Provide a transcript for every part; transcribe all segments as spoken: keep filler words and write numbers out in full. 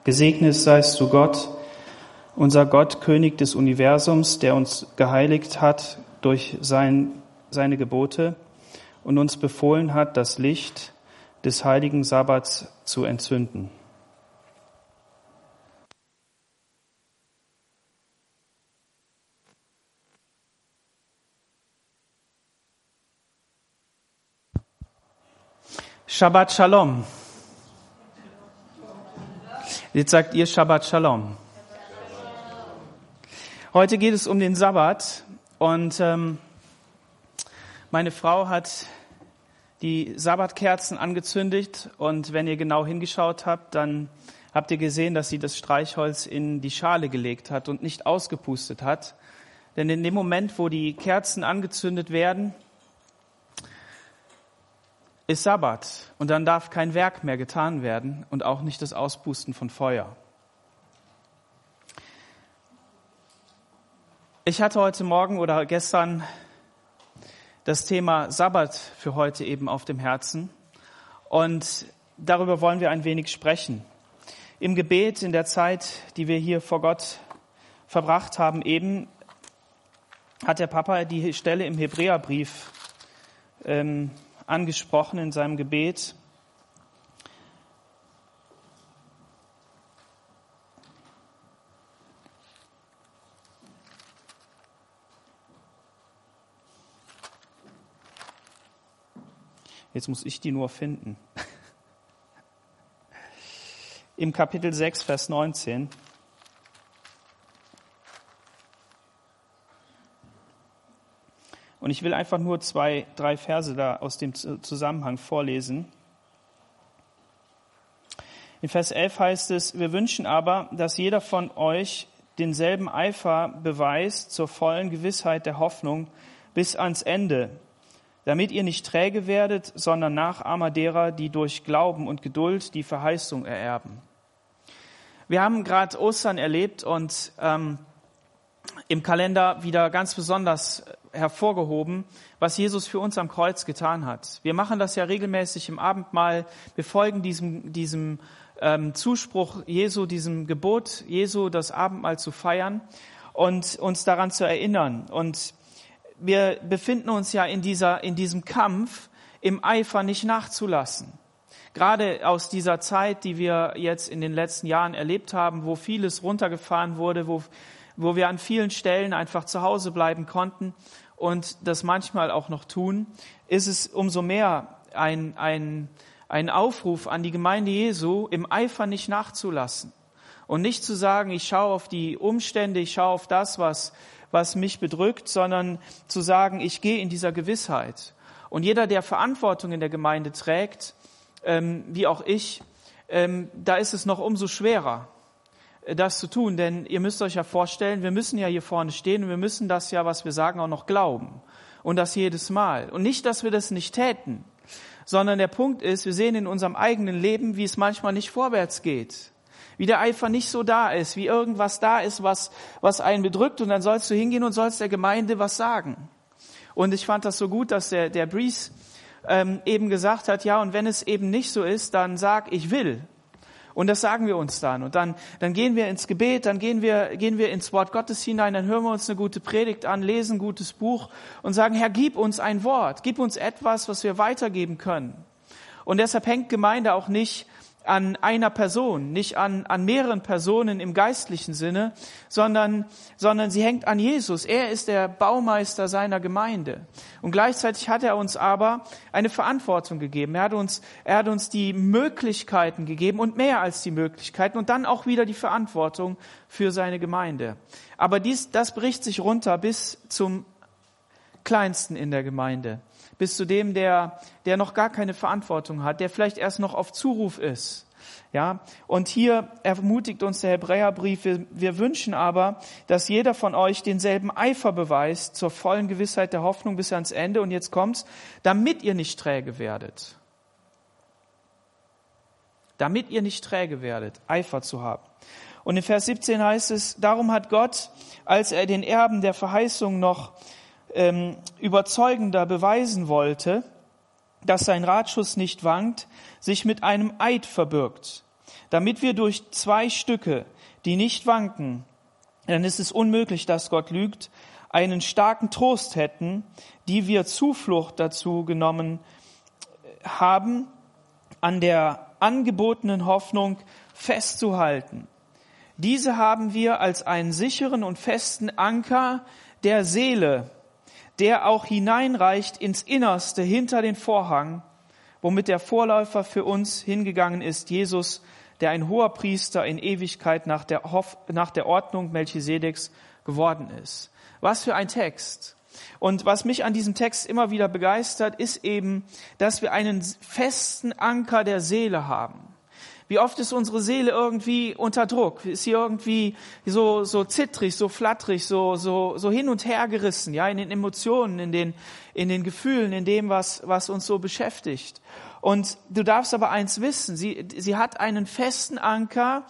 Gesegnet seist du Gott, unser Gott, König des Universums, der uns geheiligt hat durch sein, seine Gebote und uns befohlen hat, das Licht des heiligen Sabbats zu entzünden. Shabbat Shalom. Jetzt sagt ihr Shabbat Shalom. Heute geht es um den Sabbat und ähm, meine Frau hat die Sabbatkerzen angezündet und wenn ihr genau hingeschaut habt, dann habt ihr gesehen, dass sie das Streichholz in die Schale gelegt hat und nicht ausgepustet hat. Denn in dem Moment, wo die Kerzen angezündet werden, ist Sabbat und dann darf kein Werk mehr getan werden und auch nicht das Auspusten von Feuer. Ich hatte heute Morgen oder gestern das Thema Sabbat für heute eben auf dem Herzen und darüber wollen wir ein wenig sprechen. Im Gebet, in der Zeit, die wir hier vor Gott verbracht haben, eben hat der Papa die Stelle im Hebräerbrief ähm, angesprochen in seinem Gebet. Jetzt muss ich die nur finden. Im Kapitel sechs, Vers neunzehn. Und ich will einfach nur zwei, drei Verse da aus dem Zusammenhang vorlesen. In Vers elf heißt es, wir wünschen aber, dass jeder von euch denselben Eifer beweist zur vollen Gewissheit der Hoffnung bis ans Ende, damit ihr nicht träge werdet, sondern Nachahmer derer, die durch Glauben und Geduld die Verheißung ererben. Wir haben gerade Ostern erlebt und ähm, im Kalender wieder ganz besonders hervorgehoben, was Jesus für uns am Kreuz getan hat. Wir machen das ja regelmäßig im Abendmahl. Wir folgen diesem, diesem ähm, Zuspruch Jesu, diesem Gebot Jesu, das Abendmahl zu feiern und uns daran zu erinnern. Und wir befinden uns ja in dieser, in diesem Kampf, im Eifer nicht nachzulassen. Gerade aus dieser Zeit, die wir jetzt in den letzten Jahren erlebt haben, wo vieles runtergefahren wurde, wo wo wir an vielen Stellen einfach zu Hause bleiben konnten und das manchmal auch noch tun, ist es umso mehr ein, ein, ein Aufruf an die Gemeinde Jesu, im Eifer nicht nachzulassen und nicht zu sagen, ich schaue auf die Umstände, ich schaue auf das, was, was mich bedrückt, sondern zu sagen, ich gehe in dieser Gewissheit. Und jeder, der Verantwortung in der Gemeinde trägt, ähm, wie auch ich, ähm, da ist es noch umso schwerer, das zu tun, denn ihr müsst euch ja vorstellen, wir müssen ja hier vorne stehen und wir müssen das ja, was wir sagen, auch noch glauben und das jedes Mal. Und nicht, dass wir das nicht täten, sondern der Punkt ist, wir sehen in unserem eigenen Leben, wie es manchmal nicht vorwärts geht, wie der Eifer nicht so da ist, wie irgendwas da ist, was, was einen bedrückt und dann sollst du hingehen und sollst der Gemeinde was sagen. Und ich fand das so gut, dass der, der Breeze ähm, eben gesagt hat, ja, und wenn es eben nicht so ist, dann sag, ich will. Und das sagen wir uns dann. Und dann, dann gehen wir ins Gebet, dann gehen wir, gehen wir ins Wort Gottes hinein, dann hören wir uns eine gute Predigt an, lesen ein gutes Buch und sagen, Herr, gib uns ein Wort, gib uns etwas, was wir weitergeben können. Und deshalb hängt Gemeinde auch nicht an einer Person, nicht an, an mehreren Personen im geistlichen Sinne, sondern, sondern sie hängt an Jesus. Er ist der Baumeister seiner Gemeinde. Und gleichzeitig hat er uns aber eine Verantwortung gegeben. Er hat uns, er hat uns die Möglichkeiten gegeben und mehr als die Möglichkeiten und dann auch wieder die Verantwortung für seine Gemeinde. Aber dies, das bricht sich runter bis zum Kleinsten in der Gemeinde. Bis zu dem, der, der noch gar keine Verantwortung hat, der vielleicht erst noch auf Zuruf ist. Ja, und hier ermutigt uns der Hebräerbrief, wir, wir wünschen aber, dass jeder von euch denselben Eifer beweist zur vollen Gewissheit der Hoffnung bis ans Ende. Und jetzt kommt's, damit ihr nicht träge werdet. Damit ihr nicht träge werdet, Eifer zu haben. Und in Vers siebzehn heißt es, darum hat Gott, als er den Erben der Verheißung noch ähm, überzeugender beweisen wollte, dass sein Ratschuss nicht wankt, sich mit einem Eid verbürgt. damit wir durch zwei Stücke, die nicht wanken, dann ist es unmöglich, dass Gott lügt, einen starken Trost hätten, die wir Zuflucht dazu genommen haben, an der angebotenen Hoffnung festzuhalten. Diese haben wir als einen sicheren und festen Anker der Seele, der auch hineinreicht ins Innerste hinter den Vorhang, womit der Vorläufer für uns hingegangen ist, Jesus, der ein hoher Priester in Ewigkeit nach der, Hoff- nach der Ordnung Melchisedeks geworden ist. Was für ein Text. Und was mich an diesem Text immer wieder begeistert, ist eben, dass wir einen festen Anker der Seele haben. Wie oft ist unsere Seele irgendwie unter Druck? Ist sie irgendwie so, so zittrig, so flatterig, so, so, so hin und her gerissen, ja, in den Emotionen, in den, in den Gefühlen, in dem, was, was uns so beschäftigt. Und du darfst aber eins wissen, sie, sie hat einen festen Anker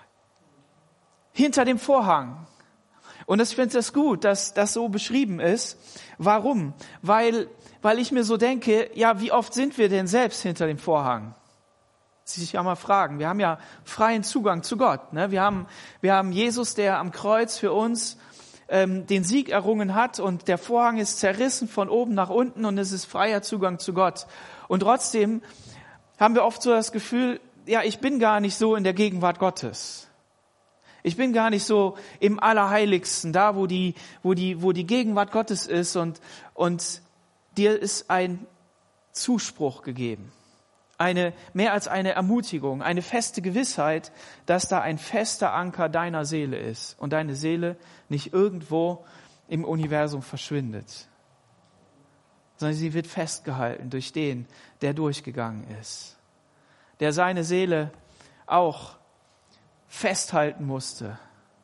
hinter dem Vorhang. Und ich finde es gut, dass das so beschrieben ist. Warum? Weil, weil ich mir so denke, ja, wie oft sind wir denn selbst hinter dem Vorhang? Sich ja mal fragen. Wir haben ja freien Zugang zu Gott. Ne? Wir haben, wir haben Jesus, der am Kreuz für uns ähm, den Sieg errungen hat, und der Vorhang ist zerrissen von oben nach unten und es ist freier Zugang zu Gott. Und trotzdem haben wir oft so das Gefühl, ja, ich bin gar nicht so in der Gegenwart Gottes. Ich bin gar nicht so im Allerheiligsten, da wo die, wo die, wo die Gegenwart Gottes ist, und, und dir ist ein Zuspruch gegeben. Eine, mehr als eine Ermutigung, eine feste Gewissheit, dass da ein fester Anker deiner Seele ist und deine Seele nicht irgendwo im Universum verschwindet, sondern sie wird festgehalten durch den, der durchgegangen ist, der seine Seele auch festhalten musste,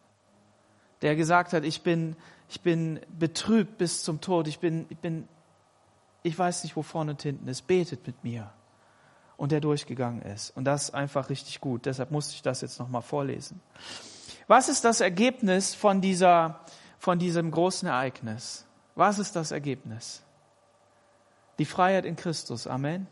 der gesagt hat, ich bin, ich bin betrübt bis zum Tod, ich bin, ich bin, ich weiß nicht, wo vorne und hinten ist, betet mit mir, und der durchgegangen ist. Und das ist einfach richtig gut, deshalb musste ich das jetzt nochmal vorlesen. Was ist das Ergebnis von dieser, von diesem großen Ereignis? Was ist das Ergebnis? Die Freiheit in Christus, Amen.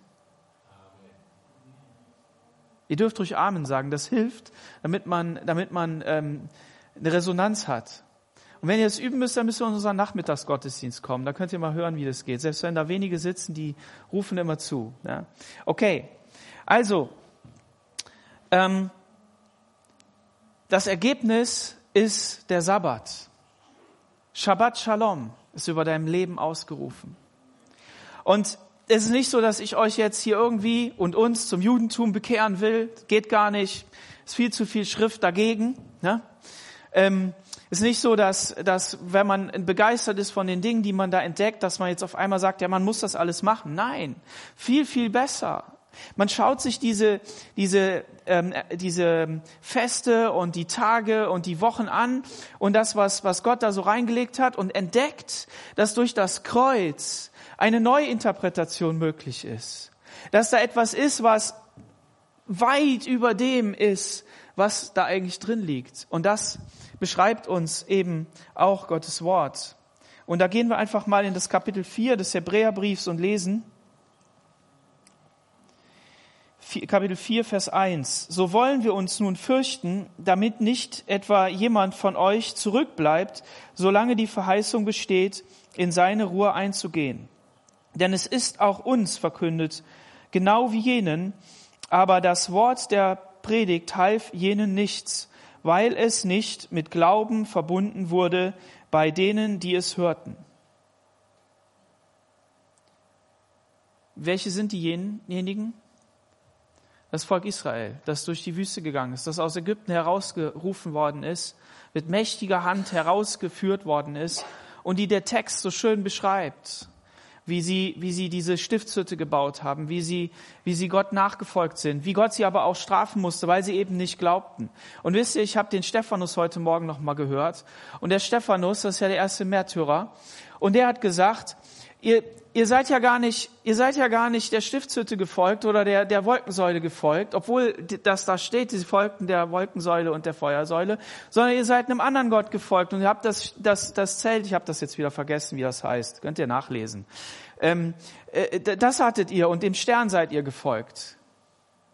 Ihr dürft ruhig Amen sagen, das hilft, damit man, damit man ähm, eine Resonanz hat. Und wenn ihr das üben müsst, dann müsst ihr in unseren Nachmittagsgottesdienst kommen. Da könnt ihr mal hören, wie das geht. Selbst wenn da wenige sitzen, die rufen immer zu. Ja? Okay, also ähm, das Ergebnis ist der Sabbat. Shabbat Shalom ist über deinem Leben ausgerufen. Und es ist nicht so, dass ich euch jetzt hier irgendwie und uns zum Judentum bekehren will. Geht gar nicht. Ist viel zu viel Schrift dagegen. Ne? Ähm, ist nicht so, dass, dass wenn man begeistert ist von den Dingen, die man da entdeckt, dass man jetzt auf einmal sagt, ja, man muss das alles machen. Nein, viel, viel besser. Man schaut sich diese, diese, ähm, diese Feste und die Tage und die Wochen an und das, was, was Gott da so reingelegt hat, und entdeckt, dass durch das Kreuz eine Neuinterpretation möglich ist. Dass da etwas ist, was weit über dem ist, was da eigentlich drin liegt. Und das beschreibt uns eben auch Gottes Wort. Und da gehen wir einfach mal in das Kapitel vier des Hebräerbriefs und lesen. Kapitel vier, Vers eins. So wollen wir uns nun fürchten, damit nicht etwa jemand von euch zurückbleibt, solange die Verheißung besteht, in seine Ruhe einzugehen. Denn es ist auch uns verkündet, genau wie jenen, aber das Wort der Predigt half jenen nichts, weil es nicht mit Glauben verbunden wurde bei denen, die es hörten. Welche sind diejenigen? Das Volk Israel, das durch die Wüste gegangen ist, das aus Ägypten herausgerufen worden ist, mit mächtiger Hand herausgeführt worden ist und die der Text so schön beschreibt, wie sie, wie sie diese Stiftshütte gebaut haben, wie sie, wie sie Gott nachgefolgt sind, wie Gott sie aber auch strafen musste, weil sie eben nicht glaubten. Und wisst ihr, ich habe den Stephanus heute Morgen noch mal gehört, und der Stephanus, das ist ja der erste Märtyrer, und der hat gesagt, ihr, ihr seid ja gar nicht, ihr seid ja gar nicht der Stiftshütte gefolgt oder der, der Wolkensäule gefolgt, obwohl das da steht, sie folgten der Wolkensäule und der Feuersäule, sondern ihr seid einem anderen Gott gefolgt, und ihr habt das, das, das Zelt, ich habe das jetzt wieder vergessen, wie das heißt, könnt ihr nachlesen. Ähm, äh, das hattet ihr, und dem Stern seid ihr gefolgt.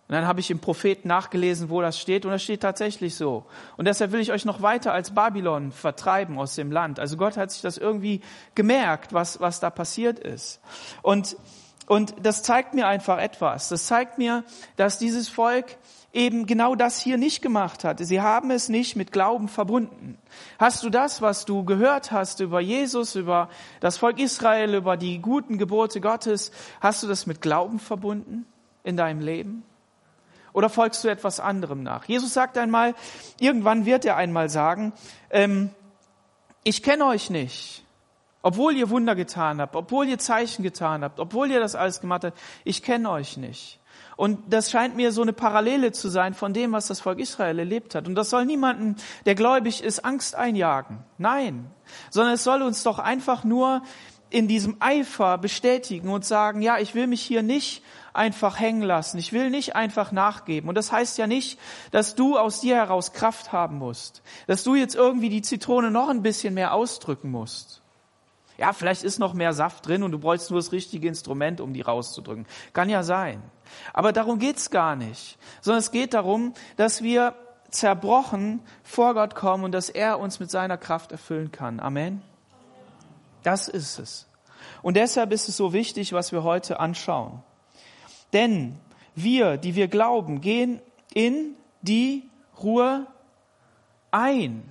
Und dann habe ich im Propheten nachgelesen, wo das steht, und das steht tatsächlich so. Und deshalb will ich euch noch weiter als Babylon vertreiben aus dem Land. Also Gott hat sich das irgendwie gemerkt, was, was da passiert ist. Und, und das zeigt mir einfach etwas. Das zeigt mir, dass dieses Volk eben genau das hier nicht gemacht hat. Sie haben es nicht mit Glauben verbunden. Hast du das, was du gehört hast über Jesus, über das Volk Israel, über die guten Gebote Gottes, hast du das mit Glauben verbunden in deinem Leben? Oder folgst du etwas anderem nach? Jesus sagt einmal, irgendwann wird er einmal sagen, ähm, ich kenne euch nicht, obwohl ihr Wunder getan habt, obwohl ihr Zeichen getan habt, obwohl ihr das alles gemacht habt, ich kenne euch nicht. Und das scheint mir so eine Parallele zu sein von dem, was das Volk Israel erlebt hat. Und das soll niemanden, der gläubig ist, Angst einjagen. Nein, sondern es soll uns doch einfach nur in diesem Eifer bestätigen und sagen, ja, ich will mich hier nicht einfach hängen lassen. Ich will nicht einfach nachgeben. Und das heißt ja nicht, dass du aus dir heraus Kraft haben musst. Dass du jetzt irgendwie die Zitrone noch ein bisschen mehr ausdrücken musst. Ja, vielleicht ist noch mehr Saft drin und du bräuchst nur das richtige Instrument, um die rauszudrücken. Kann ja sein. Aber darum geht's gar nicht. Sondern es geht darum, dass wir zerbrochen vor Gott kommen und dass er uns mit seiner Kraft erfüllen kann. Amen. Das ist es. Und deshalb ist es so wichtig, was wir heute anschauen. Denn wir, die wir glauben, gehen in die Ruhe ein.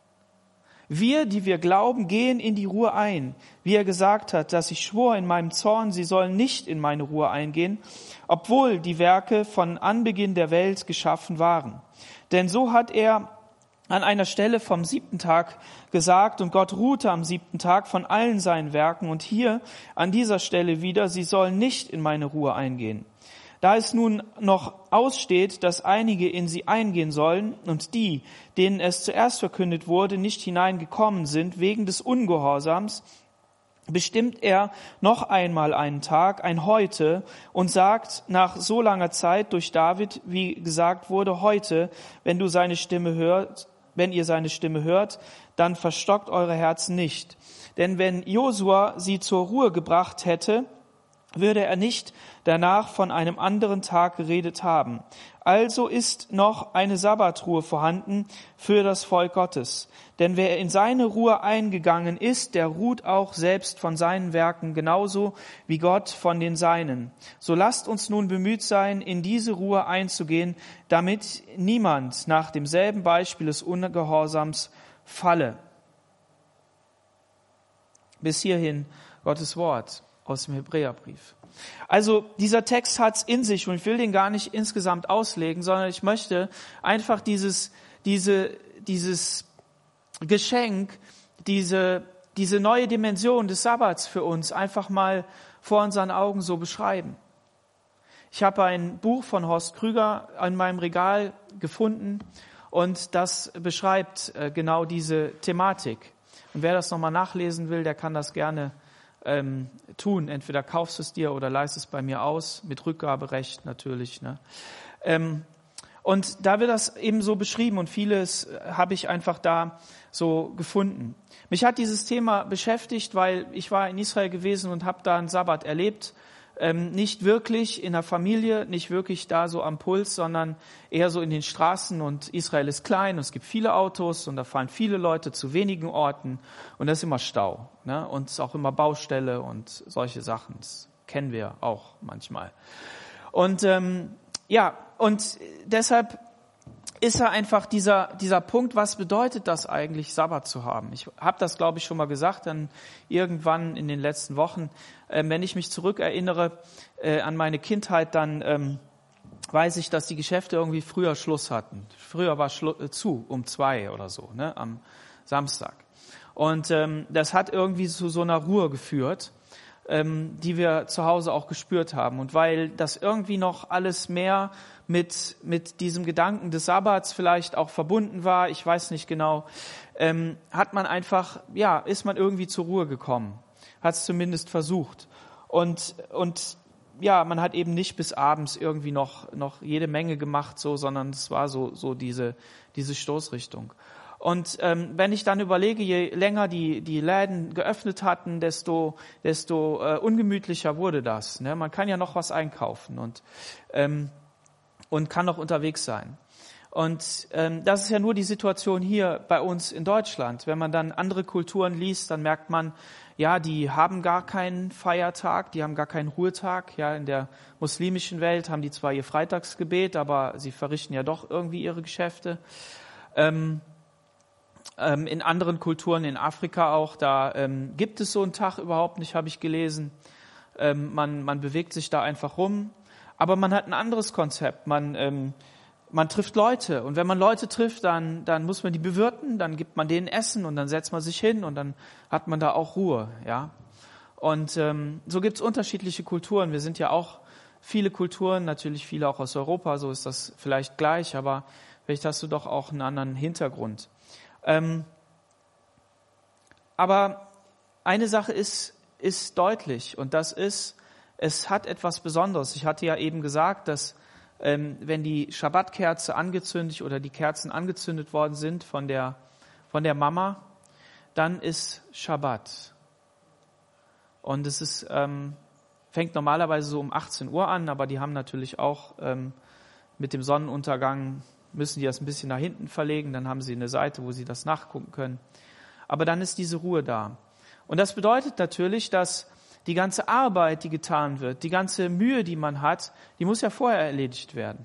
Wir, die wir glauben, gehen in die Ruhe ein. Wie er gesagt hat, dass ich schwor in meinem Zorn, sie sollen nicht in meine Ruhe eingehen, obwohl die Werke von Anbeginn der Welt geschaffen waren. Denn so hat er an einer Stelle vom siebten Tag gesagt, und Gott ruhte am siebten Tag von allen seinen Werken. Und hier an dieser Stelle wieder, sie sollen nicht in meine Ruhe eingehen. Da es nun noch aussteht, dass einige in sie eingehen sollen und die, denen es zuerst verkündet wurde, nicht hineingekommen sind wegen des Ungehorsams, bestimmt er noch einmal einen Tag, ein Heute, und sagt nach so langer Zeit durch David, wie gesagt wurde, heute, wenn du seine Stimme hört, wenn ihr seine Stimme hört, dann verstockt eure Herzen nicht. Denn wenn Josua sie zur Ruhe gebracht hätte, würde er nicht danach von einem anderen Tag geredet haben. Also ist noch eine Sabbatruhe vorhanden für das Volk Gottes. Denn wer in seine Ruhe eingegangen ist, der ruht auch selbst von seinen Werken, genauso wie Gott von den seinen. So lasst uns nun bemüht sein, in diese Ruhe einzugehen, damit niemand nach demselben Beispiel des Ungehorsams falle. Bis hierhin Gottes Wort aus dem Hebräerbrief. Also dieser Text hat's in sich und ich will den gar nicht insgesamt auslegen, sondern ich möchte einfach dieses, diese, dieses Geschenk, diese, diese neue Dimension des Sabbats für uns einfach mal vor unseren Augen so beschreiben. Ich habe ein Buch von Horst Krüger in meinem Regal gefunden und das beschreibt genau diese Thematik. Und wer das nochmal nachlesen will, der kann das gerne Ähm, tun. Entweder kaufst du es dir oder leihst es bei mir aus, mit Rückgaberecht natürlich. Ne? Ähm, und da wird das eben so beschrieben und vieles habe ich einfach da so gefunden. Mich hat dieses Thema beschäftigt, weil ich war in Israel gewesen und habe da einen Sabbat erlebt. Ähm, nicht wirklich in der Familie, nicht wirklich da so am Puls, sondern eher so in den Straßen. Und Israel ist klein und es gibt viele Autos und da fahren viele Leute zu wenigen Orten und da ist immer Stau, ne? Und es ist auch immer Baustelle und solche Sachen. Das kennen wir auch manchmal. Und ähm, ja, und deshalb ist ja einfach dieser dieser Punkt, was bedeutet das eigentlich, Sabbat zu haben? Ich habe das, glaube ich, schon mal gesagt, dann irgendwann in den letzten Wochen. Ähm, wenn ich mich zurückerinnere äh, an meine Kindheit, dann ähm, weiß ich, dass die Geschäfte irgendwie früher Schluss hatten. Früher war Schlu- äh, zu, um zwei oder so, ne, am Samstag. Und ähm, das hat irgendwie zu so einer Ruhe geführt, ähm, die wir zu Hause auch gespürt haben. Und weil das irgendwie noch alles mehr mit mit diesem Gedanken des Sabbats vielleicht auch verbunden war, ich weiß nicht genau, ähm, hat man einfach, ja, ist man irgendwie zur Ruhe gekommen, hat es zumindest versucht. Und und ja, man hat eben nicht bis abends irgendwie noch noch jede Menge gemacht, so, sondern es war so so diese diese Stoßrichtung. Und ähm, wenn ich dann überlege, je länger die die Läden geöffnet hatten, desto desto äh, ungemütlicher wurde das. Ne? Man kann ja noch was einkaufen und ähm, und kann noch unterwegs sein. Und ähm, das ist ja nur die Situation hier bei uns in Deutschland. Wenn man dann andere Kulturen liest, dann merkt man, ja, die haben gar keinen Feiertag, die haben gar keinen Ruhetag. Ja, in der muslimischen Welt haben die zwar ihr Freitagsgebet, aber sie verrichten ja doch irgendwie ihre Geschäfte. Ähm, ähm, in anderen Kulturen, in Afrika auch, da ähm, gibt es so einen Tag überhaupt nicht, habe ich gelesen. Ähm, man, man bewegt sich da einfach rum. Aber man hat ein anderes Konzept. Man ähm, Man trifft Leute und wenn man Leute trifft, dann, dann muss man die bewirten, dann gibt man denen Essen und dann setzt man sich hin und dann hat man da auch Ruhe, ja. Und ähm, so gibt's unterschiedliche Kulturen. Wir sind ja auch viele Kulturen, natürlich viele auch aus Europa, so ist das vielleicht gleich, aber vielleicht hast du doch auch einen anderen Hintergrund. Ähm, aber eine Sache ist, ist deutlich und das ist, es hat etwas Besonderes. Ich hatte ja eben gesagt, dass Ähm, wenn die Schabbatkerze angezündet oder die Kerzen angezündet worden sind von der, von der Mama, dann ist Schabbat. Und es ist, ähm, fängt normalerweise so um achtzehn Uhr an, aber die haben natürlich auch ähm, mit dem Sonnenuntergang, müssen die das ein bisschen nach hinten verlegen, dann haben sie eine Seite, wo sie das nachgucken können. Aber dann ist diese Ruhe da. Und das bedeutet natürlich, dass die ganze Arbeit, die getan wird, die ganze Mühe, die man hat, die muss ja vorher erledigt werden.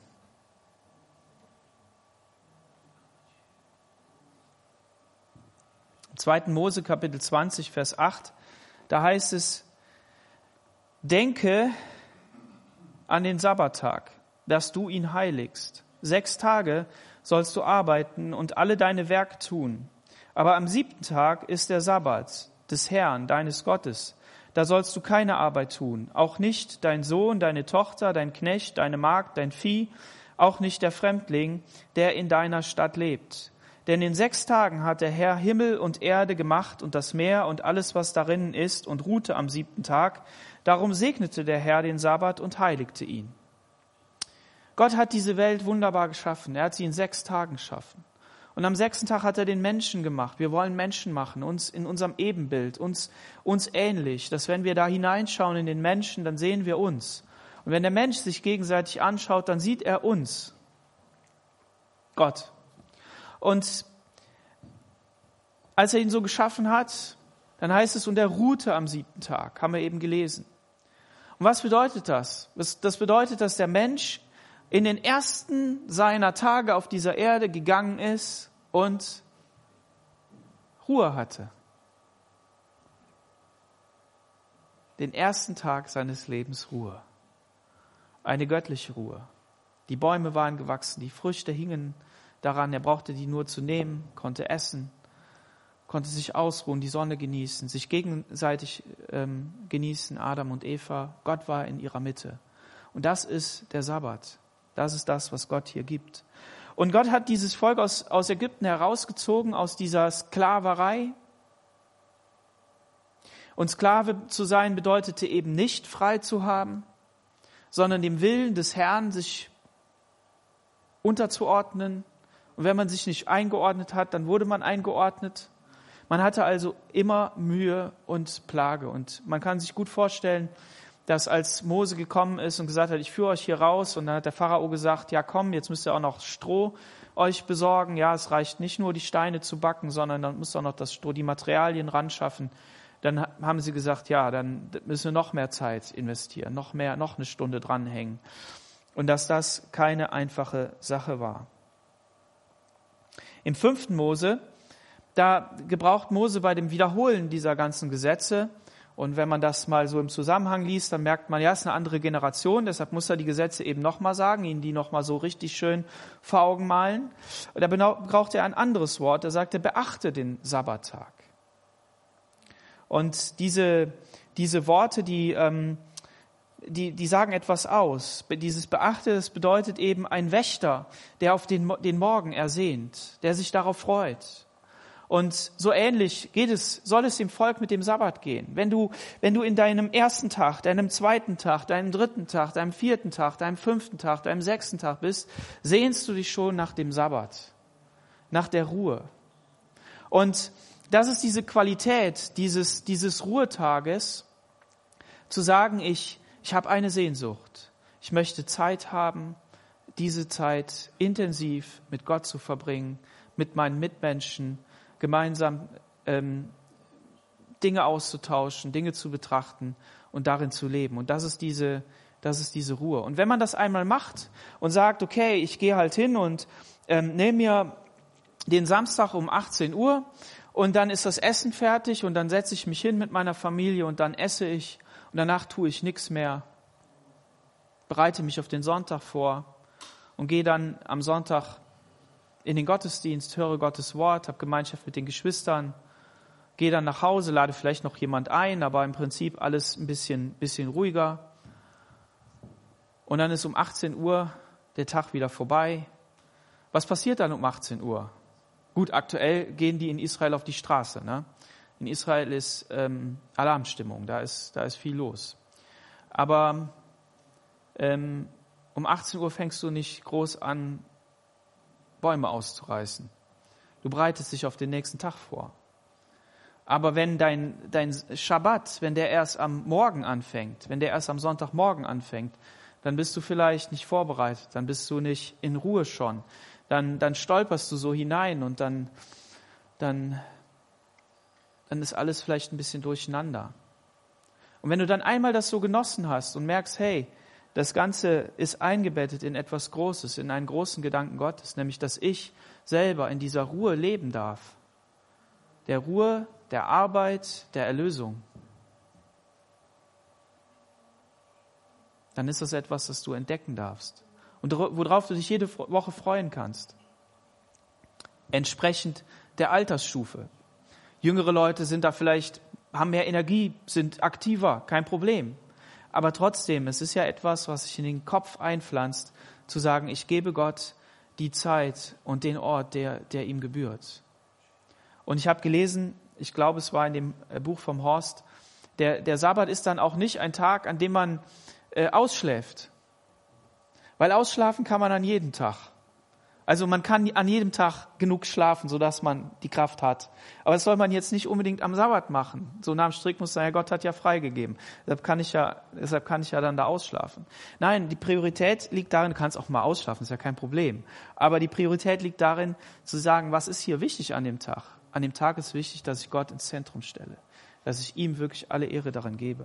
Im zweiten Mose Kapitel zwanzig, Vers acht, da heißt es, denke an den Sabbattag, dass du ihn heiligst. Sechs Tage sollst du arbeiten und alle deine Werke tun. Aber am siebten Tag ist der Sabbat des Herrn, deines Gottes. Da sollst du keine Arbeit tun, auch nicht dein Sohn, deine Tochter, dein Knecht, deine Magd, dein Vieh, auch nicht der Fremdling, der in deiner Stadt lebt. Denn in sechs Tagen hat der Herr Himmel und Erde gemacht und das Meer und alles, was darin ist, und ruhte am siebten Tag. Darum segnete der Herr den Sabbat und heiligte ihn. Gott hat diese Welt wunderbar geschaffen. Er hat sie in sechs Tagen geschaffen. Und am sechsten Tag hat er den Menschen gemacht. Wir wollen Menschen machen, uns in unserem Ebenbild, uns, uns ähnlich, dass wenn wir da hineinschauen in den Menschen, dann sehen wir uns. Und wenn der Mensch sich gegenseitig anschaut, dann sieht er uns. Gott. Und als er ihn so geschaffen hat, dann heißt es, und er ruhte am siebten Tag, haben wir eben gelesen. Und was bedeutet das? Das bedeutet, dass der Mensch in den ersten seiner Tage auf dieser Erde gegangen ist und Ruhe hatte. Den ersten Tag seines Lebens Ruhe. Eine göttliche Ruhe. Die Bäume waren gewachsen, die Früchte hingen daran, er brauchte die nur zu nehmen, konnte essen, konnte sich ausruhen, die Sonne genießen, sich gegenseitig ähm, genießen, Adam und Eva. Gott war in ihrer Mitte. Und das ist der Sabbat. Das ist das, was Gott hier gibt. Und Gott hat dieses Volk aus, aus Ägypten herausgezogen, aus dieser Sklaverei. Und Sklave zu sein bedeutete eben nicht frei zu haben, sondern dem Willen des Herrn sich unterzuordnen. Und wenn man sich nicht eingeordnet hat, dann wurde man eingeordnet. Man hatte also immer Mühe und Plage. Und man kann sich gut vorstellen, dass als Mose gekommen ist und gesagt hat, ich führe euch hier raus, und dann hat der Pharao gesagt, ja komm, jetzt müsst ihr auch noch Stroh euch besorgen. Ja, es reicht nicht nur, die Steine zu backen, sondern dann müsst ihr auch noch das Stroh, die Materialien ran schaffen. Dann haben sie gesagt, ja, dann müssen wir noch mehr Zeit investieren, noch mehr, noch eine Stunde dranhängen. Und dass das keine einfache Sache war. Im fünften Mose, da gebraucht Mose bei dem Wiederholen dieser ganzen Gesetze. Und wenn man das mal so im Zusammenhang liest, dann merkt man, ja, es ist eine andere Generation, deshalb muss er die Gesetze eben nochmal sagen, ihnen die nochmal so richtig schön vor Augen malen. Und da braucht er ein anderes Wort, er sagte, beachte den Sabbattag. Und diese, diese Worte, die, ähm, die, die sagen etwas aus. Dieses Beachte, das bedeutet eben ein Wächter, der auf den, den Morgen ersehnt, der sich darauf freut. Und so ähnlich geht es, soll es dem Volk mit dem Sabbat gehen. Wenn du, wenn du in deinem ersten Tag, deinem zweiten Tag, deinem dritten Tag, deinem vierten Tag, deinem fünften Tag, deinem sechsten Tag bist, sehnst du dich schon nach dem Sabbat, nach der Ruhe. Und das ist diese Qualität dieses, dieses Ruhetages, zu sagen, ich, ich habe eine Sehnsucht. Ich möchte Zeit haben, diese Zeit intensiv mit Gott zu verbringen, mit meinen Mitmenschen, gemeinsam ähm, Dinge auszutauschen, Dinge zu betrachten und darin zu leben. Und das ist diese, das ist diese Ruhe. Und wenn man das einmal macht und sagt, okay, ich gehe halt hin und ähm, nehme mir den Samstag um achtzehn Uhr und dann ist das Essen fertig und dann setze ich mich hin mit meiner Familie und dann esse ich und danach tue ich nichts mehr, bereite mich auf den Sonntag vor und gehe dann am Sonntag in den Gottesdienst, höre Gottes Wort, habe Gemeinschaft mit den Geschwistern, gehe dann nach Hause, lade vielleicht noch jemand ein, aber im Prinzip alles ein bisschen, bisschen ruhiger. Und dann ist um achtzehn Uhr der Tag wieder vorbei. Was passiert dann um achtzehn Uhr? Gut, aktuell gehen die in Israel auf die Straße. Ne? In Israel ist ähm, Alarmstimmung, da ist, da ist viel los. Aber ähm, um achtzehn Uhr fängst du nicht groß an, Bäume auszureißen. Du bereitest dich auf den nächsten Tag vor. Aber wenn dein, dein Schabbat, wenn der erst am Morgen anfängt, wenn der erst am Sonntagmorgen anfängt, dann bist du vielleicht nicht vorbereitet, dann bist du nicht in Ruhe schon. Dann, dann stolperst du so hinein und dann, dann, dann ist alles vielleicht ein bisschen durcheinander. Und wenn du dann einmal das so genossen hast und merkst, hey, das Ganze ist eingebettet in etwas Großes, in einen großen Gedanken Gottes, nämlich, dass ich selber in dieser Ruhe leben darf. Der Ruhe, der Arbeit, der Erlösung. Dann ist das etwas, das du entdecken darfst. Und worauf du dich jede Woche freuen kannst. Entsprechend der Altersstufe. Jüngere Leute sind da vielleicht, haben mehr Energie, sind aktiver, kein Problem. Aber trotzdem, es ist ja etwas, was sich in den Kopf einpflanzt, zu sagen, ich gebe Gott die Zeit und den Ort, der, der ihm gebührt. Und ich habe gelesen, ich glaube, es war in dem Buch vom Horst, der, der Sabbat ist dann auch nicht ein Tag, an dem man äh, ausschläft. Weil ausschlafen kann man an jedem Tag. Also man kann an jedem Tag genug schlafen, sodass man die Kraft hat. Aber das soll man jetzt nicht unbedingt am Sabbat machen. So nach dem Strickmuster, ja, Gott hat ja freigegeben. Deshalb kann ich ja, deshalb kann ich ja dann da ausschlafen. Nein, die Priorität liegt darin, du kannst auch mal ausschlafen, ist ja kein Problem. Aber die Priorität liegt darin, zu sagen, was ist hier wichtig an dem Tag? An dem Tag ist wichtig, dass ich Gott ins Zentrum stelle. Dass ich ihm wirklich alle Ehre daran gebe.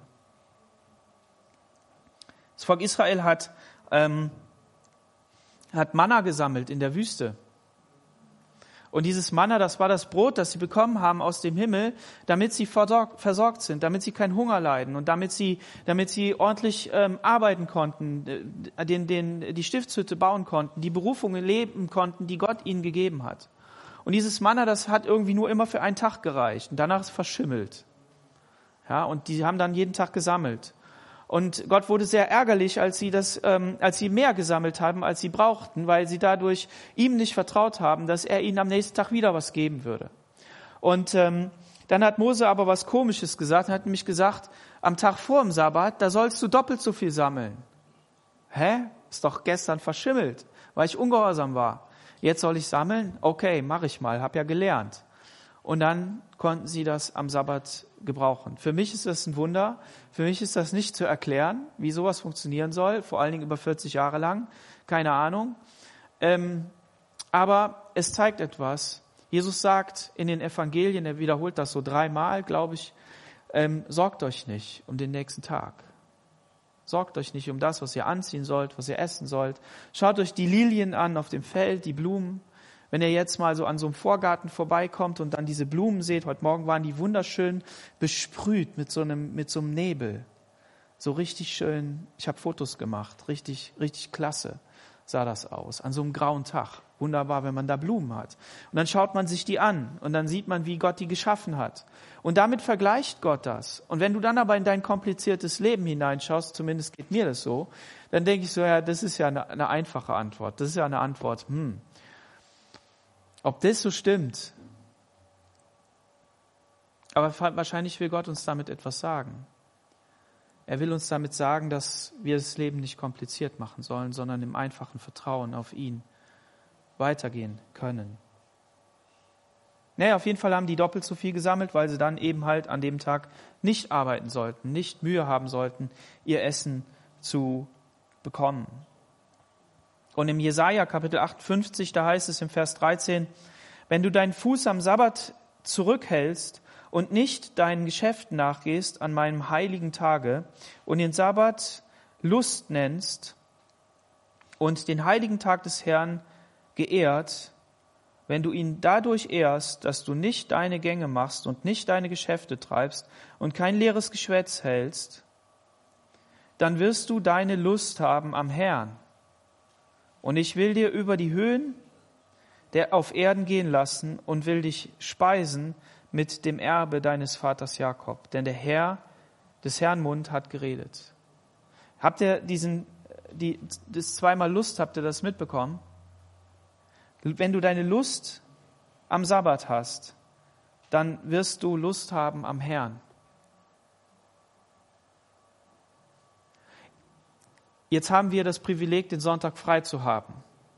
Das Volk Israel hat, ähm, hat Manna gesammelt in der Wüste. Und dieses Manna, das war das Brot, das sie bekommen haben aus dem Himmel, damit sie versorgt sind, damit sie keinen Hunger leiden und damit sie, damit sie ordentlich ähm, arbeiten konnten, den, den, die Stiftshütte bauen konnten, die Berufungen leben konnten, die Gott ihnen gegeben hat. Und dieses Manna, das hat irgendwie nur immer für einen Tag gereicht und danach ist es verschimmelt. Ja, und die haben dann jeden Tag gesammelt. Und Gott wurde sehr ärgerlich, als sie das, ähm, als sie mehr gesammelt haben, als sie brauchten, weil sie dadurch ihm nicht vertraut haben, dass er ihnen am nächsten Tag wieder was geben würde. Und ähm, dann hat Mose aber was Komisches gesagt. Er hat nämlich gesagt, am Tag vor dem Sabbat, da sollst du doppelt so viel sammeln. Hä? Ist doch gestern verschimmelt, weil ich ungehorsam war. Jetzt soll ich sammeln? Okay, mache ich mal, hab ja gelernt. Und dann konnten sie das am Sabbat gebrauchen. Für mich ist das ein Wunder. Für mich ist das nicht zu erklären, wie sowas funktionieren soll. Vor allen Dingen über vierzig Jahre lang. Keine Ahnung. Ähm, aber es zeigt etwas. Jesus sagt in den Evangelien, er wiederholt das so dreimal, glaube ich, ähm, sorgt euch nicht um den nächsten Tag. Sorgt euch nicht um das, was ihr anziehen sollt, was ihr essen sollt. Schaut euch die Lilien an auf dem Feld, die Blumen. Wenn ihr jetzt mal so an so einem Vorgarten vorbeikommt und dann diese Blumen seht, heute Morgen waren die wunderschön besprüht mit so einem, mit so einem Nebel. So richtig schön, ich habe Fotos gemacht, richtig, richtig klasse sah das aus. An so einem grauen Tag. Wunderbar, wenn man da Blumen hat. Und dann schaut man sich die an und dann sieht man, wie Gott die geschaffen hat. Und damit vergleicht Gott das. Und wenn du dann aber in dein kompliziertes Leben hineinschaust, zumindest geht mir das so, dann denke ich so, ja, das ist ja eine, eine einfache Antwort. Das ist ja eine Antwort, hm. Ob das so stimmt, aber wahrscheinlich will Gott uns damit etwas sagen. Er will uns damit sagen, dass wir das Leben nicht kompliziert machen sollen, sondern im einfachen Vertrauen auf ihn weitergehen können. Naja, auf jeden Fall haben die doppelt so viel gesammelt, weil sie dann eben halt an dem Tag nicht arbeiten sollten, nicht Mühe haben sollten, ihr Essen zu bekommen. Und im Jesaja Kapitel achtundfünfzig, da heißt es im Vers dreizehn, wenn du deinen Fuß am Sabbat zurückhältst und nicht deinen Geschäften nachgehst an meinem heiligen Tage und den Sabbat Lust nennst und den heiligen Tag des Herrn geehrt, wenn du ihn dadurch ehrst, dass du nicht deine Gänge machst und nicht deine Geschäfte treibst und kein leeres Geschwätz hältst, dann wirst du deine Lust haben am Herrn. Und ich will dir über die Höhen der auf Erden gehen lassen und will dich speisen mit dem Erbe deines Vaters Jakob. Denn der Herr, des Herrn Mund hat geredet. Habt ihr diesen, die, das zweimal Lust, habt ihr das mitbekommen? Wenn du deine Lust am Sabbat hast, dann wirst du Lust haben am Herrn. Jetzt haben wir das Privileg, den Sonntag frei zu haben.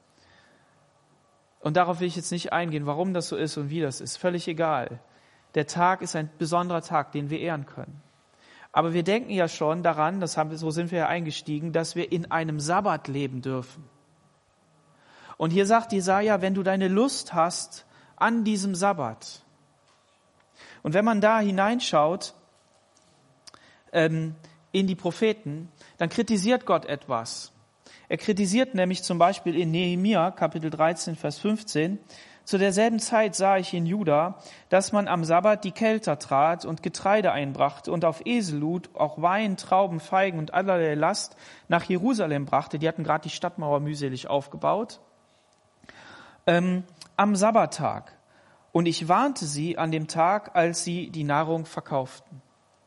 Und darauf will ich jetzt nicht eingehen, warum das so ist und wie das ist. Völlig egal. Der Tag ist ein besonderer Tag, den wir ehren können. Aber wir denken ja schon daran, das haben wir, so sind wir ja eingestiegen, dass wir in einem Sabbat leben dürfen. Und hier sagt Jesaja, wenn du deine Lust hast an diesem Sabbat. Und wenn man da hineinschaut ähm, in die Propheten, dann kritisiert Gott etwas. Er kritisiert nämlich zum Beispiel in Nehemia, Kapitel dreizehn, Vers fünfzehn, zu derselben Zeit sah ich in Juda, dass man am Sabbat die Kelter trat und Getreide einbrachte und auf Esel lud, auch Wein, Trauben, Feigen und allerlei Last nach Jerusalem brachte. Die hatten gerade die Stadtmauer mühselig aufgebaut. Ähm, am Sabbattag. Und ich warnte sie an dem Tag, als sie die Nahrung verkauften.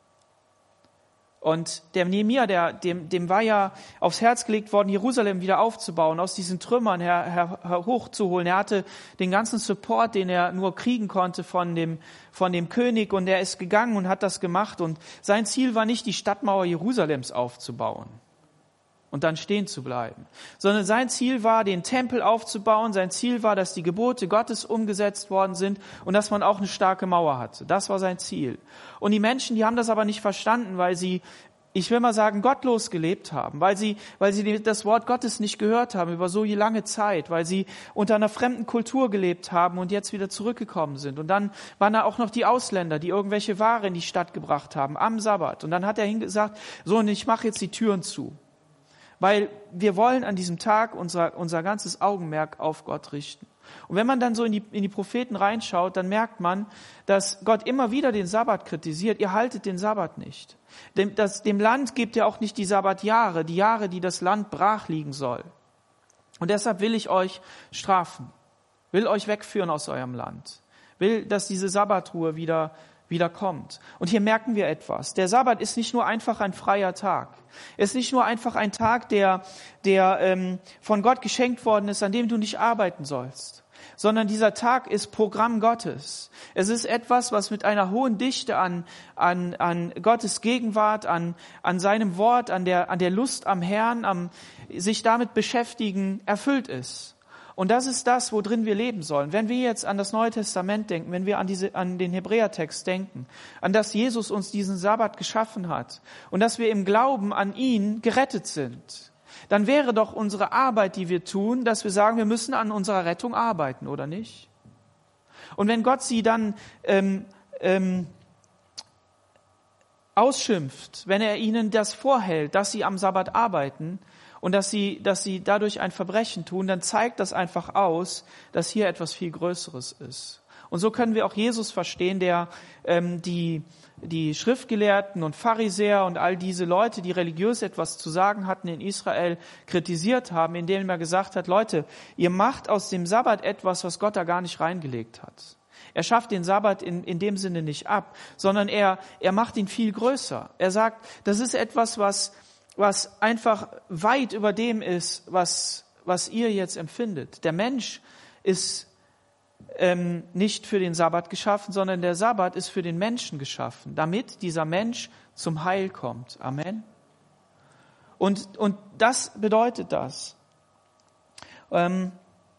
Und der Nehemia, der, dem, dem war ja aufs Herz gelegt worden, Jerusalem wieder aufzubauen, aus diesen Trümmern her, her, her hochzuholen. Er hatte den ganzen Support, den er nur kriegen konnte von dem, von dem König, und er ist gegangen und hat das gemacht. Und sein Ziel war nicht, die Stadtmauer Jerusalems aufzubauen und dann stehen zu bleiben, sondern sein Ziel war, den Tempel aufzubauen. Sein Ziel war, dass die Gebote Gottes umgesetzt worden sind und dass man auch eine starke Mauer hatte. Das war sein Ziel. Und die Menschen, die haben das aber nicht verstanden, weil sie, ich will mal sagen, gottlos gelebt haben, weil sie, weil sie das Wort Gottes nicht gehört haben über so lange Zeit, weil sie unter einer fremden Kultur gelebt haben und jetzt wieder zurückgekommen sind. Und dann waren da auch noch die Ausländer, die irgendwelche Ware in die Stadt gebracht haben am Sabbat. Und dann hat er gesagt, so, und ich mache jetzt die Türen zu. Weil wir wollen an diesem Tag unser, unser ganzes Augenmerk auf Gott richten. Und wenn man dann so in die, in die Propheten reinschaut, dann merkt man, dass Gott immer wieder den Sabbat kritisiert. Ihr haltet den Sabbat nicht. Dem, das, dem Land gebt ihr auch nicht die Sabbatjahre, die Jahre, die das Land brach liegen soll. Und deshalb will ich euch strafen, will euch wegführen aus eurem Land, will, dass diese Sabbatruhe wieder wieder kommt. Und hier merken wir etwas. Der Sabbat ist nicht nur einfach ein freier Tag. Er ist nicht nur einfach ein Tag, der, der ähm, von Gott geschenkt worden ist, an dem du nicht arbeiten sollst, sondern dieser Tag ist Programm Gottes. Es ist etwas, was mit einer hohen Dichte an, an, an Gottes Gegenwart, an, an seinem Wort, an der, an der Lust am Herrn, am sich damit beschäftigen, erfüllt ist. Und das ist das, worin wir leben sollen. Wenn wir jetzt an das Neue Testament denken, wenn wir an diese, an den Hebräertext denken, an dass Jesus uns diesen Sabbat geschaffen hat und dass wir im Glauben an ihn gerettet sind, dann wäre doch unsere Arbeit, die wir tun, dass wir sagen, wir müssen an unserer Rettung arbeiten, oder nicht? Und wenn Gott sie dann ähm, ähm, ausschimpft, wenn er ihnen das vorhält, dass sie am Sabbat arbeiten, und dass sie, dass sie dadurch ein Verbrechen tun, dann zeigt das einfach aus, dass hier etwas viel Größeres ist. Und so können wir auch Jesus verstehen, der ähm, die, die Schriftgelehrten und Pharisäer und all diese Leute, die religiös etwas zu sagen hatten in Israel, kritisiert haben, indem er gesagt hat, Leute, ihr macht aus dem Sabbat etwas, was Gott da gar nicht reingelegt hat. Er schafft den Sabbat in, in dem Sinne nicht ab, sondern er, er macht ihn viel größer. Er sagt, das ist etwas, was was einfach weit über dem ist, was, was ihr jetzt empfindet. Der Mensch ist ähm, nicht für den Sabbat geschaffen, sondern der Sabbat ist für den Menschen geschaffen, damit dieser Mensch zum Heil kommt. Amen. Und, und das bedeutet das. Ähm,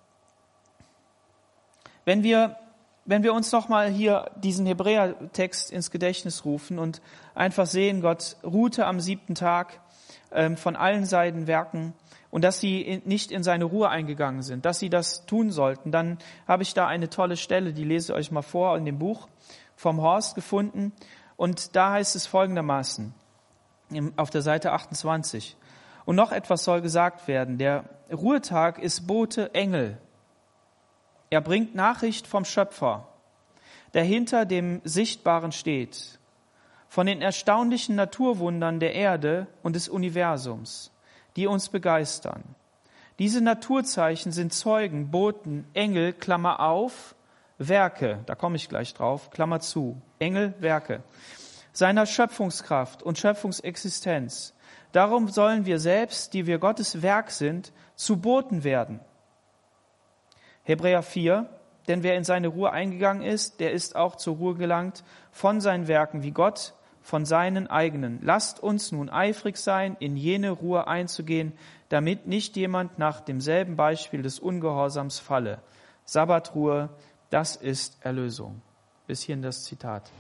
wenn wir, wenn wir uns nochmal hier diesen Hebräertext ins Gedächtnis rufen und einfach sehen, Gott ruhte am siebten Tag, ähm, von allen Seiten werken und dass sie in, nicht in seine Ruhe eingegangen sind, dass sie das tun sollten, dann habe ich da eine tolle Stelle, die lese ich euch mal vor in dem Buch vom Horst gefunden. Und da heißt es folgendermaßen, auf der Seite achtundzwanzig. Und noch etwas soll gesagt werden. Der Ruhetag ist Bote Engel. Er bringt Nachricht vom Schöpfer, der hinter dem Sichtbaren steht, von den erstaunlichen Naturwundern der Erde und des Universums, die uns begeistern. Diese Naturzeichen sind Zeugen, Boten, Engel, Klammer auf, Werke, da komme ich gleich drauf, Klammer zu, Engel, Werke, seiner Schöpfungskraft und Schöpfungsexistenz. Darum sollen wir selbst, die wir Gottes Werk sind, zu Boten werden. Hebräer vier, denn wer in seine Ruhe eingegangen ist, der ist auch zur Ruhe gelangt von seinen Werken, wie Gott von seinen eigenen. Lasst uns nun eifrig sein, in jene Ruhe einzugehen, damit nicht jemand nach demselben Beispiel des Ungehorsams falle. Sabbatruhe, das ist Erlösung. Bis hierhin das Zitat.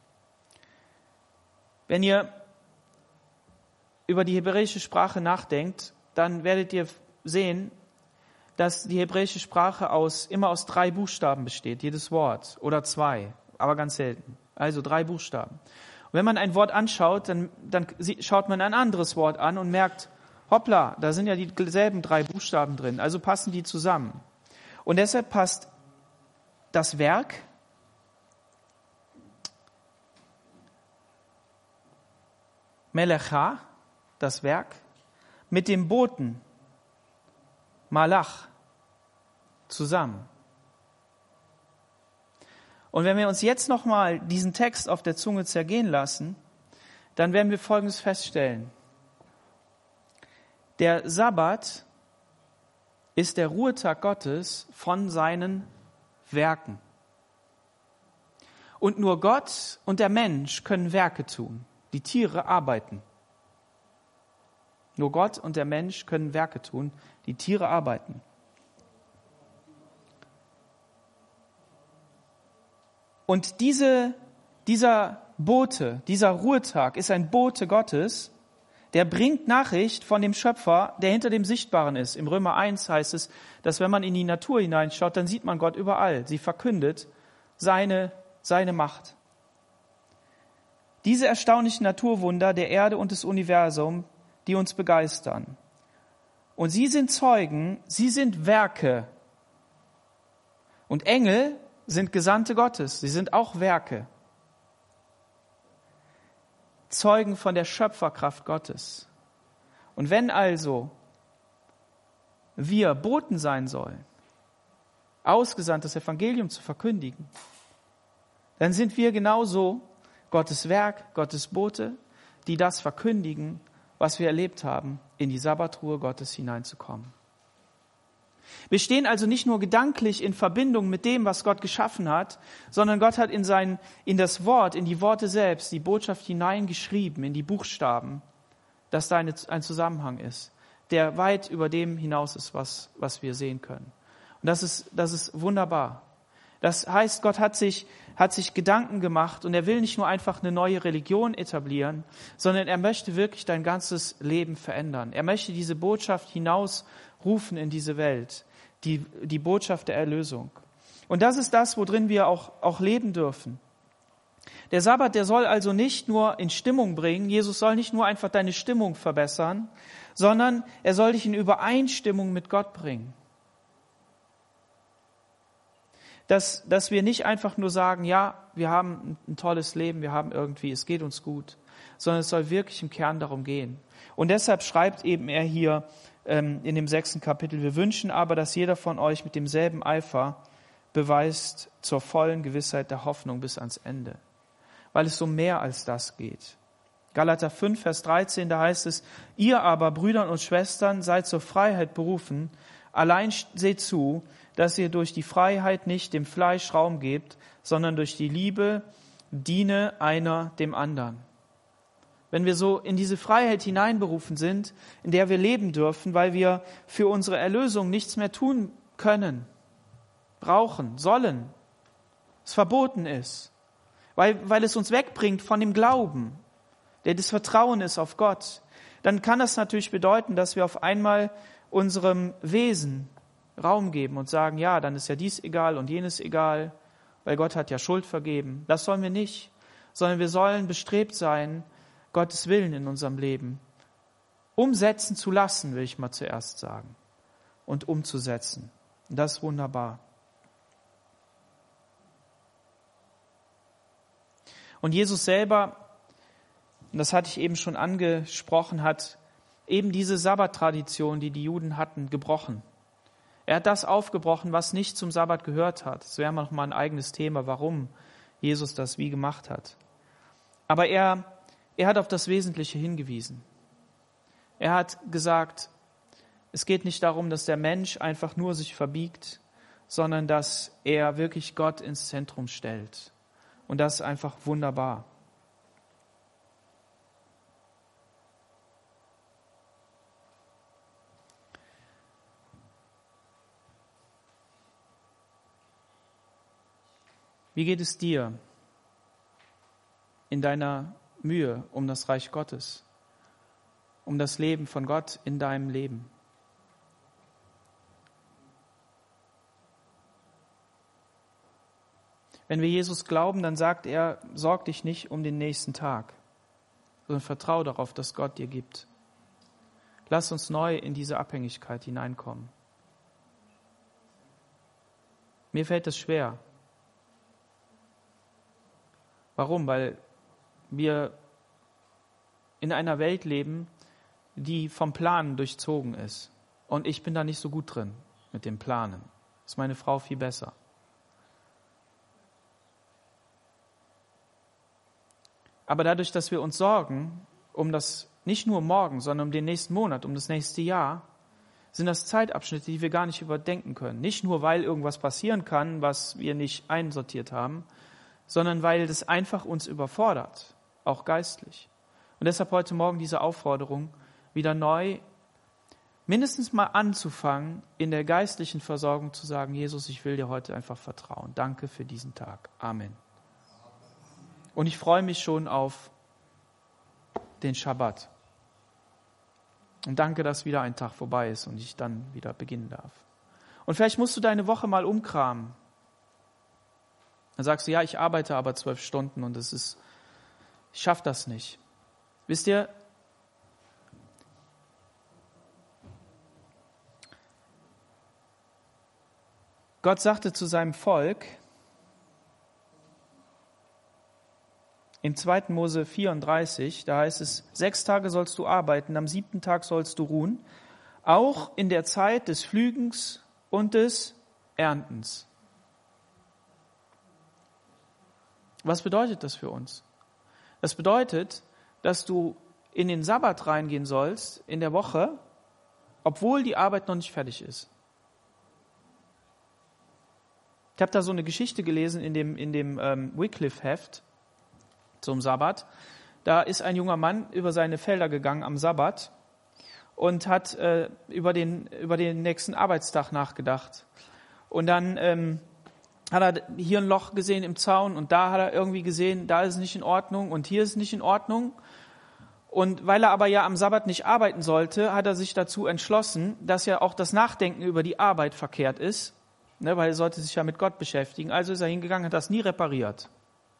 Wenn ihr über die hebräische Sprache nachdenkt, dann werdet ihr sehen, dass die hebräische Sprache aus, immer aus drei Buchstaben besteht, jedes Wort, oder zwei, aber ganz selten. Also drei Buchstaben. Und wenn man ein Wort anschaut, dann, dann schaut man ein anderes Wort an und merkt, hoppla, da sind ja dieselben drei Buchstaben drin, also passen die zusammen. Und deshalb passt das Werk, Melecha, das Werk, mit dem Boten, Malach, zusammen. Und wenn wir uns jetzt nochmal diesen Text auf der Zunge zergehen lassen, dann werden wir Folgendes feststellen. Der Sabbat ist der Ruhetag Gottes von seinen Werken. Und nur Gott und der Mensch können Werke tun. Die Tiere arbeiten. Nur Gott und der Mensch können Werke tun. Die Tiere arbeiten. Und diese, dieser Bote, dieser Ruhetag ist ein Bote Gottes, der bringt Nachricht von dem Schöpfer, der hinter dem Sichtbaren ist. Im Römer eins heißt es, dass wenn man in die Natur hineinschaut, dann sieht man Gott überall. Sie verkündet seine, seine Macht. Diese erstaunlichen Naturwunder der Erde und des Universums, die uns begeistern. Und sie sind Zeugen, sie sind Werke. Und Engel sind Gesandte Gottes, sie sind auch Werke. Zeugen von der Schöpferkraft Gottes. Und wenn also wir Boten sein sollen, ausgesandt, das Evangelium zu verkündigen, dann sind wir genauso Gottes Werk, Gottes Bote, die das verkündigen, was wir erlebt haben, in die Sabbatruhe Gottes hineinzukommen. Wir stehen also nicht nur gedanklich in Verbindung mit dem, was Gott geschaffen hat, sondern Gott hat in sein, in das Wort, in die Worte selbst, die Botschaft hineingeschrieben, in die Buchstaben, dass da eine, ein Zusammenhang ist, der weit über dem hinaus ist, was, was wir sehen können. Und das ist, das ist wunderbar. Das heißt, Gott hat sich, hat sich Gedanken gemacht und er will nicht nur einfach eine neue Religion etablieren, sondern er möchte wirklich dein ganzes Leben verändern. Er möchte diese Botschaft hinausrufen in diese Welt, die, die Botschaft der Erlösung. Und das ist das, worin wir auch, auch leben dürfen. Der Sabbat, der soll also nicht nur in Stimmung bringen, Jesus soll nicht nur einfach deine Stimmung verbessern, sondern er soll dich in Übereinstimmung mit Gott bringen. Dass, dass wir nicht einfach nur sagen, ja, wir haben ein tolles Leben, wir haben irgendwie, es geht uns gut, sondern es soll wirklich im Kern darum gehen. Und deshalb schreibt eben er hier ähm, in dem sechsten Kapitel, wir wünschen aber, dass jeder von euch mit demselben Eifer beweist zur vollen Gewissheit der Hoffnung bis ans Ende. Weil es so mehr als das geht. Galater fünf, Vers dreizehn, da heißt es, ihr aber, Brüder und Schwestern, seid zur Freiheit berufen, allein seht zu, dass ihr durch die Freiheit nicht dem Fleisch Raum gebt, sondern durch die Liebe diene einer dem anderen. Wenn wir so in diese Freiheit hineinberufen sind, in der wir leben dürfen, weil wir für unsere Erlösung nichts mehr tun können, brauchen, sollen, es verboten ist, weil, weil es uns wegbringt von dem Glauben, der das Vertrauen ist auf Gott, dann kann das natürlich bedeuten, dass wir auf einmal unserem Wesen Raum geben und sagen, ja, dann ist ja dies egal und jenes egal, weil Gott hat ja Schuld vergeben. Das sollen wir nicht, sondern wir sollen bestrebt sein, Gottes Willen in unserem Leben umsetzen zu lassen, will ich mal zuerst sagen, und umzusetzen. Und das ist wunderbar. Und Jesus selber, und das hatte ich eben schon angesprochen, hat eben diese Sabbattradition, die die Juden hatten, gebrochen. Er hat das aufgebrochen, was nicht zum Sabbat gehört hat. Das wäre noch mal ein eigenes Thema, warum Jesus das wie gemacht hat. Aber er, er hat auf das Wesentliche hingewiesen. Er hat gesagt, es geht nicht darum, dass der Mensch einfach nur sich verbiegt, sondern dass er wirklich Gott ins Zentrum stellt. Und das ist einfach wunderbar. Wie geht es dir in deiner Mühe um das Reich Gottes, um das Leben von Gott in deinem Leben? Wenn wir Jesus glauben, dann sagt er, sorg dich nicht um den nächsten Tag, sondern vertraue darauf, dass Gott dir gibt. Lass uns neu in diese Abhängigkeit hineinkommen. Mir fällt es schwer. Warum? Weil wir in einer Welt leben, die vom Planen durchzogen ist. Und ich bin da nicht so gut drin mit dem Planen. Das ist meine Frau viel besser. Aber dadurch, dass wir uns sorgen um das, nicht nur morgen, sondern um den nächsten Monat, um das nächste Jahr, sind das Zeitabschnitte, die wir gar nicht überdenken können. Nicht nur, weil irgendwas passieren kann, was wir nicht einsortiert haben, sondern weil das einfach uns überfordert, auch geistlich. Und deshalb heute Morgen diese Aufforderung, wieder neu, mindestens mal anzufangen, in der geistlichen Versorgung zu sagen, Jesus, ich will dir heute einfach vertrauen. Danke für diesen Tag. Amen. Und ich freue mich schon auf den Schabbat. Und danke, dass wieder ein Tag vorbei ist und ich dann wieder beginnen darf. Und vielleicht musst du deine Woche mal umkramen. Dann sagst du, ja, ich arbeite aber zwölf Stunden und es ist, ich schaffe das nicht. Wisst ihr, Gott sagte zu seinem Volk im zweiten Mose vierunddreißig, da heißt es, sechs Tage sollst du arbeiten, am siebten Tag sollst du ruhen, auch in der Zeit des Pflügens und des Erntens. Was bedeutet das für uns? Das bedeutet, dass du in den Sabbat reingehen sollst in der Woche, obwohl die Arbeit noch nicht fertig ist. Ich habe da so eine Geschichte gelesen in dem, in dem ähm, Wycliffe-Heft zum Sabbat. Da ist ein junger Mann über seine Felder gegangen am Sabbat und hat äh, über, den, über den nächsten Arbeitstag nachgedacht. Und dann ähm, hat er hier ein Loch gesehen im Zaun und da hat er irgendwie gesehen, da ist es nicht in Ordnung und hier ist es nicht in Ordnung. Und weil er aber ja am Sabbat nicht arbeiten sollte, hat er sich dazu entschlossen, dass ja auch das Nachdenken über die Arbeit verkehrt ist, ne, weil er sollte sich ja mit Gott beschäftigen. Also ist er hingegangen, hat das nie repariert.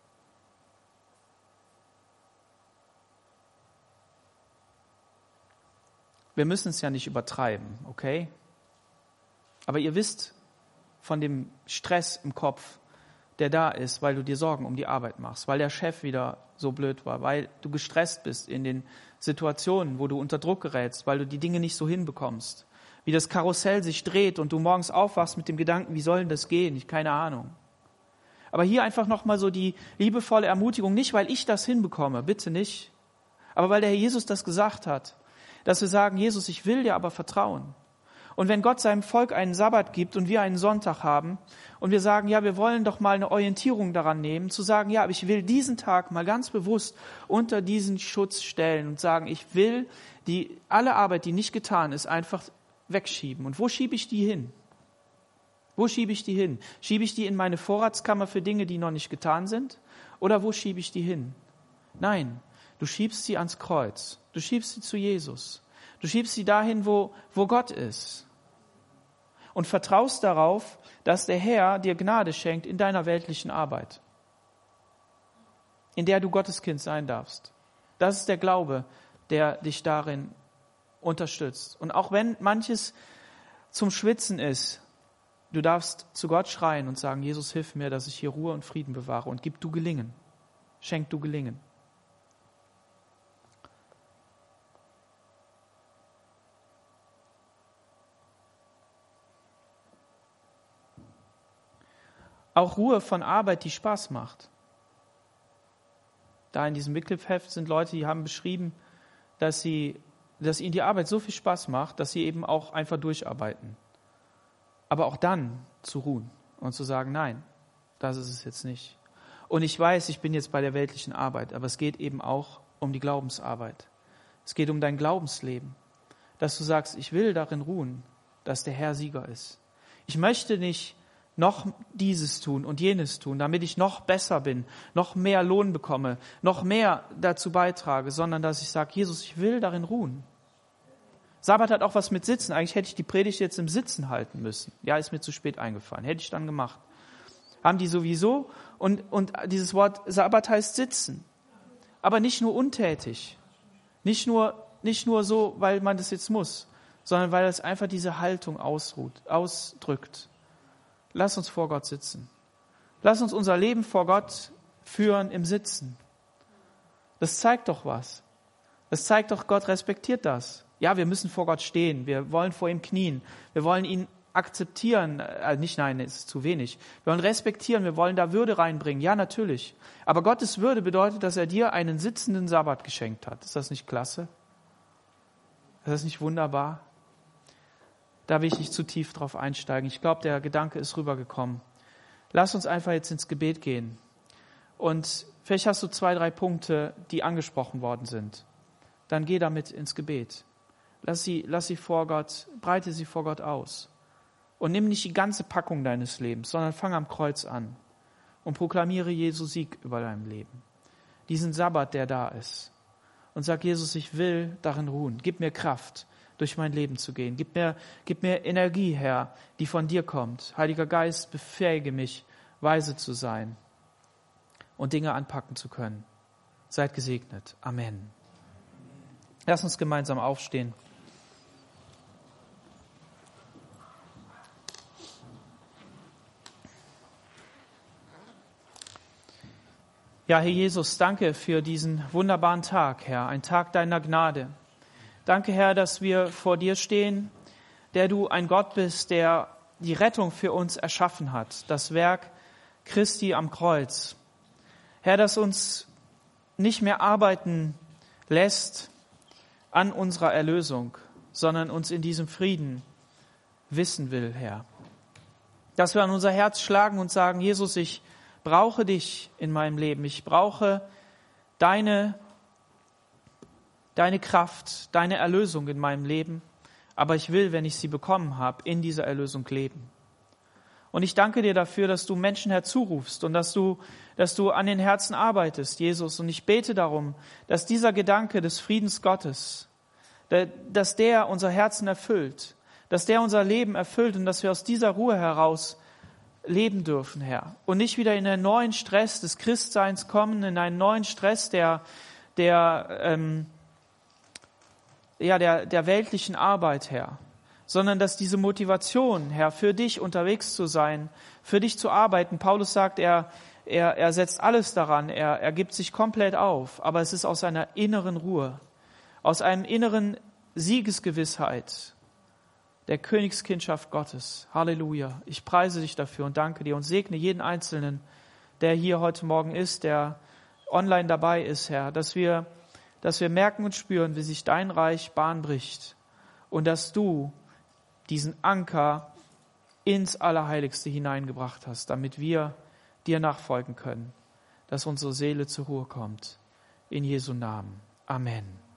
Wir müssen es ja nicht übertreiben, okay? Aber ihr wisst von dem Stress im Kopf, der da ist, weil du dir Sorgen um die Arbeit machst, weil der Chef wieder so blöd war, weil du gestresst bist in den Situationen, wo du unter Druck gerätst, weil du die Dinge nicht so hinbekommst, wie das Karussell sich dreht und du morgens aufwachst mit dem Gedanken, wie soll denn das gehen? Ich keine Ahnung. Aber hier einfach nochmal so die liebevolle Ermutigung, nicht weil ich das hinbekomme, bitte nicht, aber weil der Herr Jesus das gesagt hat, dass wir sagen, Jesus, ich will dir aber vertrauen. Und wenn Gott seinem Volk einen Sabbat gibt und wir einen Sonntag haben und wir sagen, ja, wir wollen doch mal eine Orientierung daran nehmen, zu sagen, ja, aber ich will diesen Tag mal ganz bewusst unter diesen Schutz stellen und sagen, ich will die alle Arbeit, die nicht getan ist, einfach wegschieben. Und wo schiebe ich die hin? Wo schiebe ich die hin? Schiebe ich die in meine Vorratskammer für Dinge, die noch nicht getan sind? Oder wo schiebe ich die hin? Nein, du schiebst sie ans Kreuz. Du Du schiebst sie zu Jesus. Du schiebst sie dahin, wo, wo Gott ist. Und vertraust darauf, dass der Herr dir Gnade schenkt in deiner weltlichen Arbeit, in der du Gottes Kind sein darfst. Das ist der Glaube, der dich darin unterstützt. Und auch wenn manches zum Schwitzen ist, du darfst zu Gott schreien und sagen, Jesus, hilf mir, dass ich hier Ruhe und Frieden bewahre und gib du Gelingen. Schenk du Gelingen. Auch Ruhe von Arbeit, die Spaß macht. Da in diesem Wycliffe-Heft sind Leute, die haben beschrieben, dass, sie, dass ihnen die Arbeit so viel Spaß macht, dass sie eben auch einfach durcharbeiten. Aber auch dann zu ruhen und zu sagen, nein, das ist es jetzt nicht. Und ich weiß, ich bin jetzt bei der weltlichen Arbeit, aber es geht eben auch um die Glaubensarbeit. Es geht um dein Glaubensleben, dass du sagst, ich will darin ruhen, dass der Herr Sieger ist. Ich möchte nicht noch dieses tun und jenes tun, damit ich noch besser bin, noch mehr Lohn bekomme, noch mehr dazu beitrage, sondern dass ich sage, Jesus, ich will darin ruhen. Sabbat hat auch was mit Sitzen. Eigentlich hätte ich die Predigt jetzt im Sitzen halten müssen. Ja, ist mir zu spät eingefallen. Hätte ich dann gemacht. Haben die sowieso. Und, und dieses Wort Sabbat heißt sitzen. Aber nicht nur untätig. Nicht nur, nicht nur so, weil man das jetzt muss, sondern weil es einfach diese Haltung ausruht, ausdrückt. Lass uns vor Gott sitzen. Lass uns unser Leben vor Gott führen im Sitzen. Das zeigt doch was. Das zeigt doch, Gott respektiert das. Ja, wir müssen vor Gott stehen. Wir wollen vor ihm knien. Wir wollen ihn akzeptieren. Äh, nicht, nein, es ist zu wenig. Wir wollen respektieren. Wir wollen da Würde reinbringen. Ja, natürlich. Aber Gottes Würde bedeutet, dass er dir einen sitzenden Sabbat geschenkt hat. Ist das nicht klasse? Ist das nicht wunderbar? Da will ich nicht zu tief drauf einsteigen. Ich glaube, der Gedanke ist rübergekommen. Lass uns einfach jetzt ins Gebet gehen. Und vielleicht hast du zwei, drei Punkte, die angesprochen worden sind. Dann geh damit ins Gebet. Lass sie, lass sie vor Gott, breite sie vor Gott aus. Und nimm nicht die ganze Packung deines Lebens, sondern fang am Kreuz an und proklamiere Jesu Sieg über dein Leben. Diesen Sabbat, der da ist. Und sag, Jesus, ich will darin ruhen. Gib mir Kraft, durch mein Leben zu gehen. Gib mir, gib mir Energie, Herr, die von dir kommt. Heiliger Geist, befähige mich, weise zu sein und Dinge anpacken zu können. Seid gesegnet. Amen. Lass uns gemeinsam aufstehen. Ja, Herr Jesus, danke für diesen wunderbaren Tag, Herr, ein Tag deiner Gnade. Danke, Herr, dass wir vor dir stehen, der du ein Gott bist, der die Rettung für uns erschaffen hat, das Werk Christi am Kreuz. Herr, das uns nicht mehr arbeiten lässt an unserer Erlösung, sondern uns in diesem Frieden wissen will, Herr. Dass wir an unser Herz schlagen und sagen, Jesus, ich brauche dich in meinem Leben. Ich brauche deine Deine Kraft, deine Erlösung in meinem Leben, aber ich will, wenn ich sie bekommen habe, in dieser Erlösung leben. Und ich danke dir dafür, dass du Menschen herzurufst und dass du, dass du an den Herzen arbeitest, Jesus. Und ich bete darum, dass dieser Gedanke des Friedens Gottes, dass der unser Herzen erfüllt, dass der unser Leben erfüllt und dass wir aus dieser Ruhe heraus leben dürfen, Herr. Und nicht wieder in einen neuen Stress des Christseins kommen, in einen neuen Stress der, der, ähm, ja, der, der weltlichen Arbeit, Herr, sondern dass diese Motivation, Herr, für dich unterwegs zu sein, für dich zu arbeiten. Paulus sagt, er, er, er setzt alles daran, er, er gibt sich komplett auf, aber es ist aus einer inneren Ruhe, aus einem inneren Siegesgewissheit der Königskindschaft Gottes. Halleluja. Ich preise dich dafür und danke dir und segne jeden Einzelnen, der hier heute Morgen ist, der online dabei ist, Herr, dass wir dass wir merken und spüren, wie sich dein Reich Bahn bricht und dass du diesen Anker ins Allerheiligste hineingebracht hast, damit wir dir nachfolgen können, dass unsere Seele zur Ruhe kommt. In Jesu Namen. Amen.